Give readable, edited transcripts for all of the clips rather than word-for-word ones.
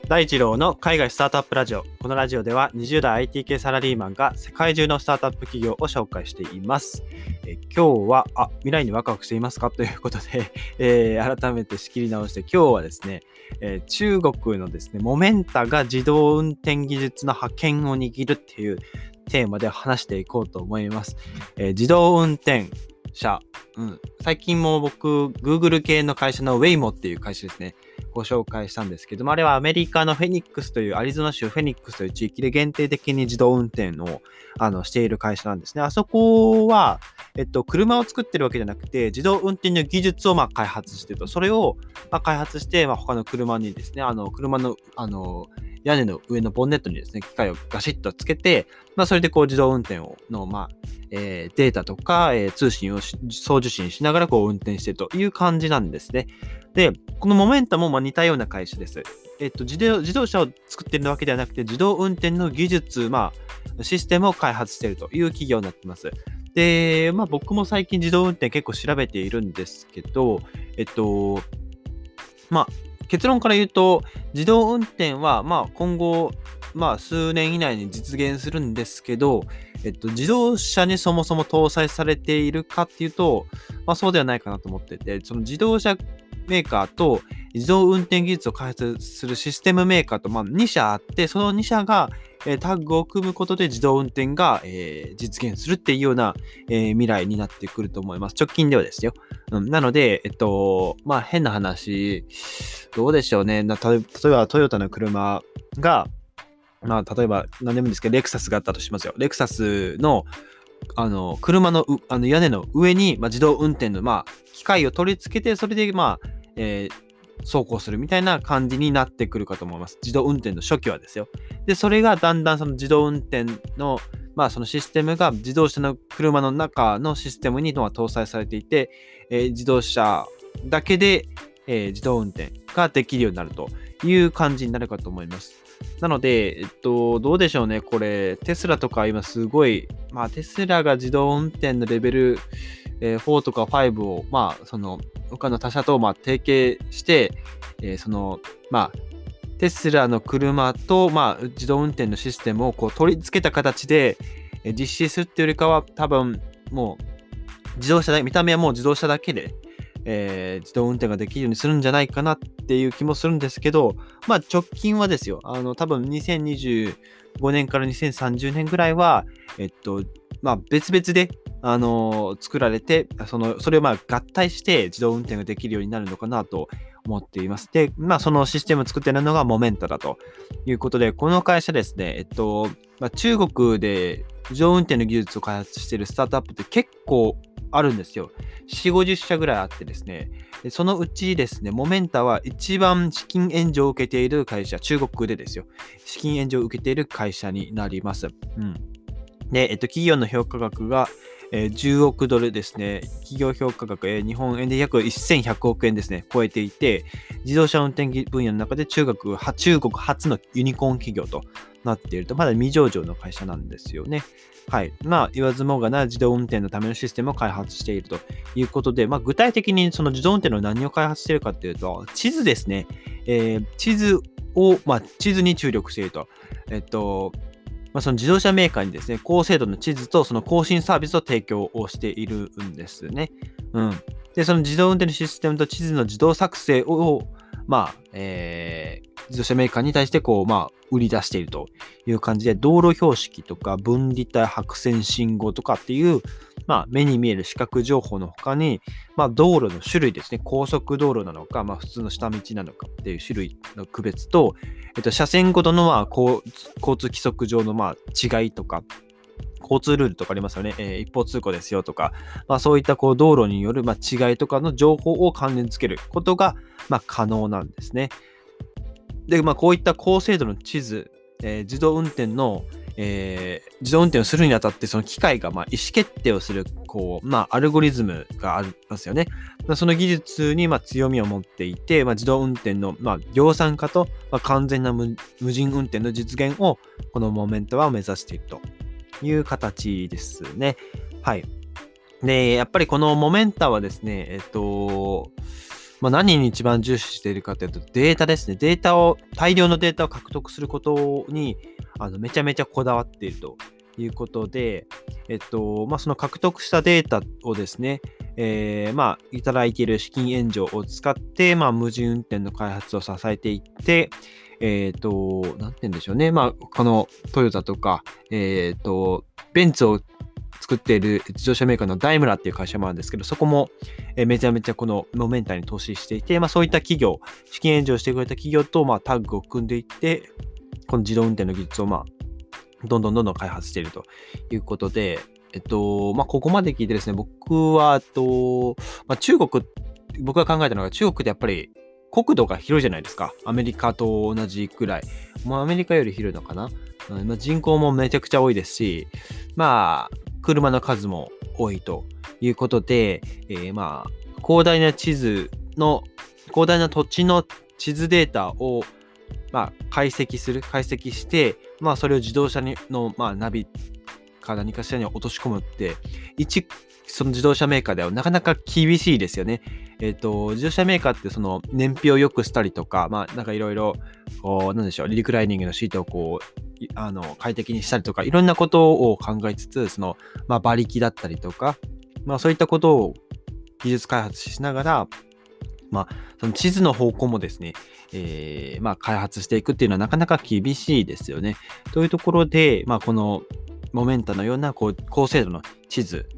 大二郎の海外スタートアップラジオ。このラジオでは20代 IT 系サラリーマンが世界中のスタートアップ企業を紹介しています。今日は未来にワクワクしていますかということで、改めて仕切り直して今日はですね、中国のですねモメンタが自動運転技術の覇権を握るっていうテーマで話していこうと思います。自動運転車、最近も僕 Google 系の会社の Waymo っていう会社ですねご紹介したんですけども、あれはアメリカのフェニックスというアリゾナ州フェニックスという地域で限定的に自動運転をしている会社なんですね。あそこは車を作ってるわけじゃなくて自動運転の技術を開発していると、それを開発して他の車にですね車の屋根の上のボンネットにですね機械をガシッとつけて、それで自動運転のデータとか、通信を送受信しながら運転しているという感じなんですね。で、このモメンタも似たような会社です。自動車を作っているわけではなくて自動運転の技術、システムを開発しているという企業になっています。で、僕も最近自動運転結構調べているんですけど、結論から言うと自動運転は今後数年以内に実現するんですけど、自動車にそもそも搭載されているかっていうと、そうではないかなと思ってて、その自動車メーカーと自動運転技術を開発するシステムメーカーと2社あって、その2社がタッグを組むことで自動運転が実現するっていうような未来になってくると思います。直近ではですよ。なので、変な話、どうでしょうね。例えばトヨタの車が、例えば何でもいいんですけど、レクサスがあったとしますよ。レクサスの車の屋根の上に自動運転の機械を取り付けて、それで走行するみたいな感じになってくるかと思います。自動運転の初期はですよ。で、それがだんだんその自動運転のそのシステムが自動車の車の中のシステムに搭載されていて、自動車だけで、自動運転ができるようになるという感じになるかと思います。なので、どうでしょうね。これ、テスラとか今すごい、テスラが自動運転のレベル、4とか5を、その他の他社と提携して、テスラの車と、自動運転のシステムを取り付けた形で、実施するっていうよりかは、多分もう自動車見た目はもう自動車だけで、自動運転ができるようにするんじゃないかなっていう気もするんですけど、直近はですよ、多分2025年から2030年ぐらいは、別々で、作られて、それを合体して自動運転ができるようになるのかなと思っています。で、そのシステムを作っているのがモメンタだということで、この会社ですね、中国で自動運転の技術を開発しているスタートアップって結構あるんですよ。4、50社ぐらいあってですね、でそのうちですね、モメンタは一番資金援助を受けている会社、中国でですよ、資金援助を受けている会社になります。で、企業の評価額が、10億ドルですね。企業評価額、日本円で約1100億円ですね、超えていて、自動車運転分野の中で中国初のユニコーン企業となっていると、まだ未上場の会社なんですよね。はい。言わずもがな自動運転のためのシステムを開発しているということで、具体的にその自動運転の何を開発しているかっていうと、地図ですね。地図に注力していると。その自動車メーカーにですね、高精度の地図とその更新サービスを提供をしているんですね。で、その自動運転のシステムと地図の自動作成を、自動車メーカーに対して売り出しているという感じで、道路標識とか分離帯、白線信号とかっていう、目に見える視覚情報の他に、道路の種類ですね、高速道路なのか、普通の下道なのかっていう種類の区別と、車線ごとの交通規則上の違いとか、交通ルールとかありますよね。一方通行ですよとか、そういった道路による違いとかの情報を関連付けることが可能なんですね。で、こういった高精度の地図、自動運転をするにあたって、その機械が意思決定をするアルゴリズムがありますよね。その技術に強みを持っていて、自動運転の量産化と完全な無人運転の実現をこのモメントは目指しているという形ですね。はい。で、やっぱりこのモメンタはですね、 何に一番重視しているかというと、データですね。大量のデータを獲得することに、めちゃめちゃこだわっているということで、その獲得したデータをですね、いただいている資金援助を使って、無人運転の開発を支えていって、なんて言うんでしょうね。このトヨタとか、ベンツを作っている自動車メーカーのダイムラーっていう会社もあるんですけど、そこもめちゃめちゃこのモメンタに投資していて、そういった企業、資金援助をしてくれた企業とタッグを組んでいって、この自動運転の技術をどんどん開発しているということで、ここまで聞いてですね、僕は僕が考えたのが、中国ってやっぱり国土が広いじゃないですか。アメリカと同じくらい。アメリカより広いのかな。人口もめちゃくちゃ多いですし、車の数も多いということで、広大な土地の地図データを解析して、それを自動車のナビか何かしらに落とし込むって、その自動車メーカーではなかなか厳しいですよね。自動車メーカーってその燃費を良くしたりとか、いろいろ、リクライニングのシートを快適にしたりとか、いろんなことを考えつつ、馬力だったりとか、そういったことを技術開発しながら、その地図の方向もですね、開発していくっていうのはなかなか厳しいですよね。というところで、このモメンタのような高精度の地図、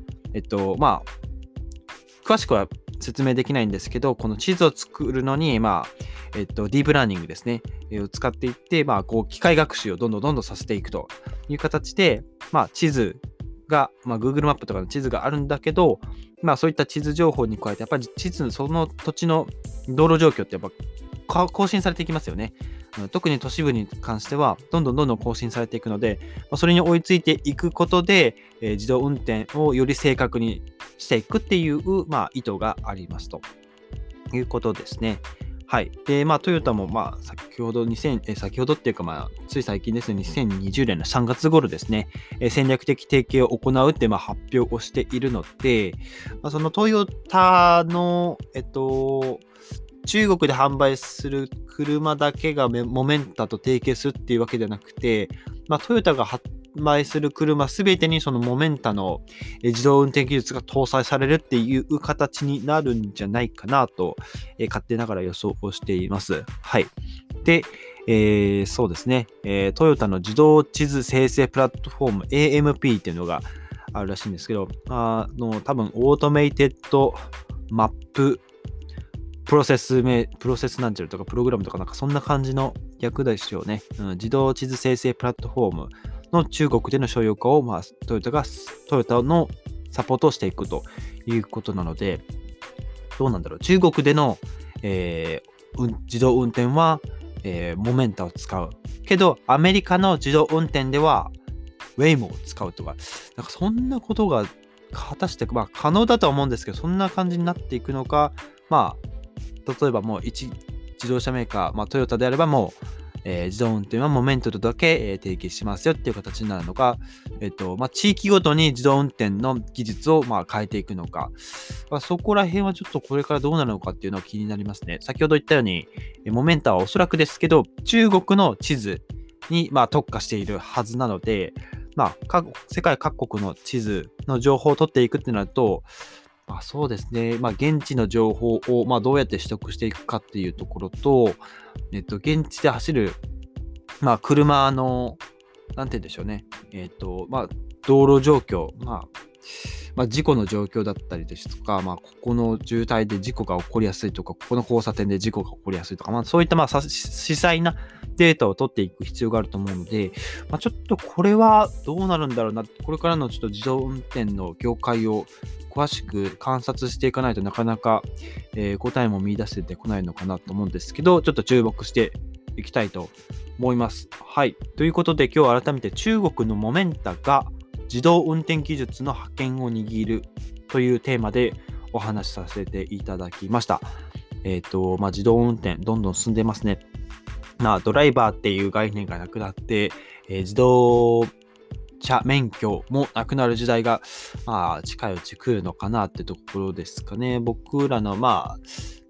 詳しくは説明できないんですけど、この地図を作るのに、ディープラーニングですね、を使っていって、機械学習をどんどんさせていくという形で、地図が、Google マップとかの地図があるんだけど、そういった地図情報に加えて、やっぱりその土地の道路状況ってやっぱ更新されていきますよね。特に都市部に関しては、どんどん更新されていくので、それに追いついていくことで、自動運転をより正確にしていくっていう、意図がありますということですね。はい。で、トヨタも、先ほどっていうか、つい最近ですね、2020年の3月頃ですね、戦略的提携を行うって、発表をしているので、そのトヨタの、中国で販売する車だけがモメンタと提携するっていうわけではなくて、トヨタが販売する車すべてにそのモメンタの自動運転技術が搭載されるっていう形になるんじゃないかなと、勝手ながら予想をしています。はい。で、そうですね、トヨタの自動地図生成プラットフォーム AMP っていうのがあるらしいんですけど、多分オートメイテッドマッププロセスなんちゃらとかプログラムとかそんな感じの略ですよね。自動地図生成プラットフォームの中国での商用化を、トヨタのサポートをしていくということなので、どうなんだろう。中国での、自動運転は、モメンタを使う。けど、アメリカの自動運転では、ウェイモを使うとか、そんなことが果たして、可能だとは思うんですけど、そんな感じになっていくのか、例えばもう自動車メーカー、トヨタであればもう、自動運転はモメントとだけ、提携しますよっていう形になるのか、地域ごとに自動運転の技術を変えていくのか、そこら辺はちょっとこれからどうなるのかっていうのは気になりますね。先ほど言ったように、モメンタはおそらくですけど、中国の地図に特化しているはずなので、世界各国の地図の情報を取っていくってなると、そうですね。現地の情報を、どうやって取得していくかっていうところと、現地で走る、車の、なんて言うんでしょうね。道路状況、事故の状況だったりですとか、ここの渋滞で事故が起こりやすいとか、ここの交差点で事故が起こりやすいとか、そういった細細なデータを取っていく必要があると思うので、ちょっとこれはどうなるんだろうな。これからのちょっと自動運転の業界を詳しく観察していかないとなかなか、答えも見出せてこないのかなと思うんですけど、ちょっと注目していきたいと思います。はい。ということで今日改めて中国のモメンタが自動運転技術の覇権を握るというテーマでお話しさせていただきました。自動運転どんどん進んでますね。ドライバーっていう概念がなくなって、自動車免許もなくなる時代が、近いうち来るのかなってところですかね。僕らの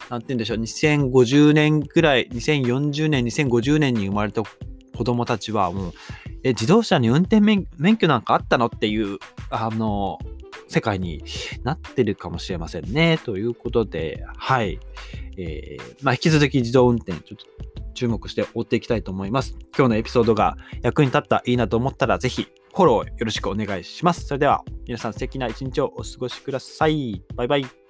なんて言うんでしょう、2050年ぐらい、2040年、2050年に生まれた子供たちはもう、自動車に運転免許なんかあったのっていう、世界になってるかもしれませんね。ということで、はい。引き続き自動運転、ちょっと注目して追っていきたいと思います。今日のエピソードが役に立ったらいいなと思ったら、ぜひフォローよろしくお願いします。それでは、皆さん素敵な一日をお過ごしください。バイバイ。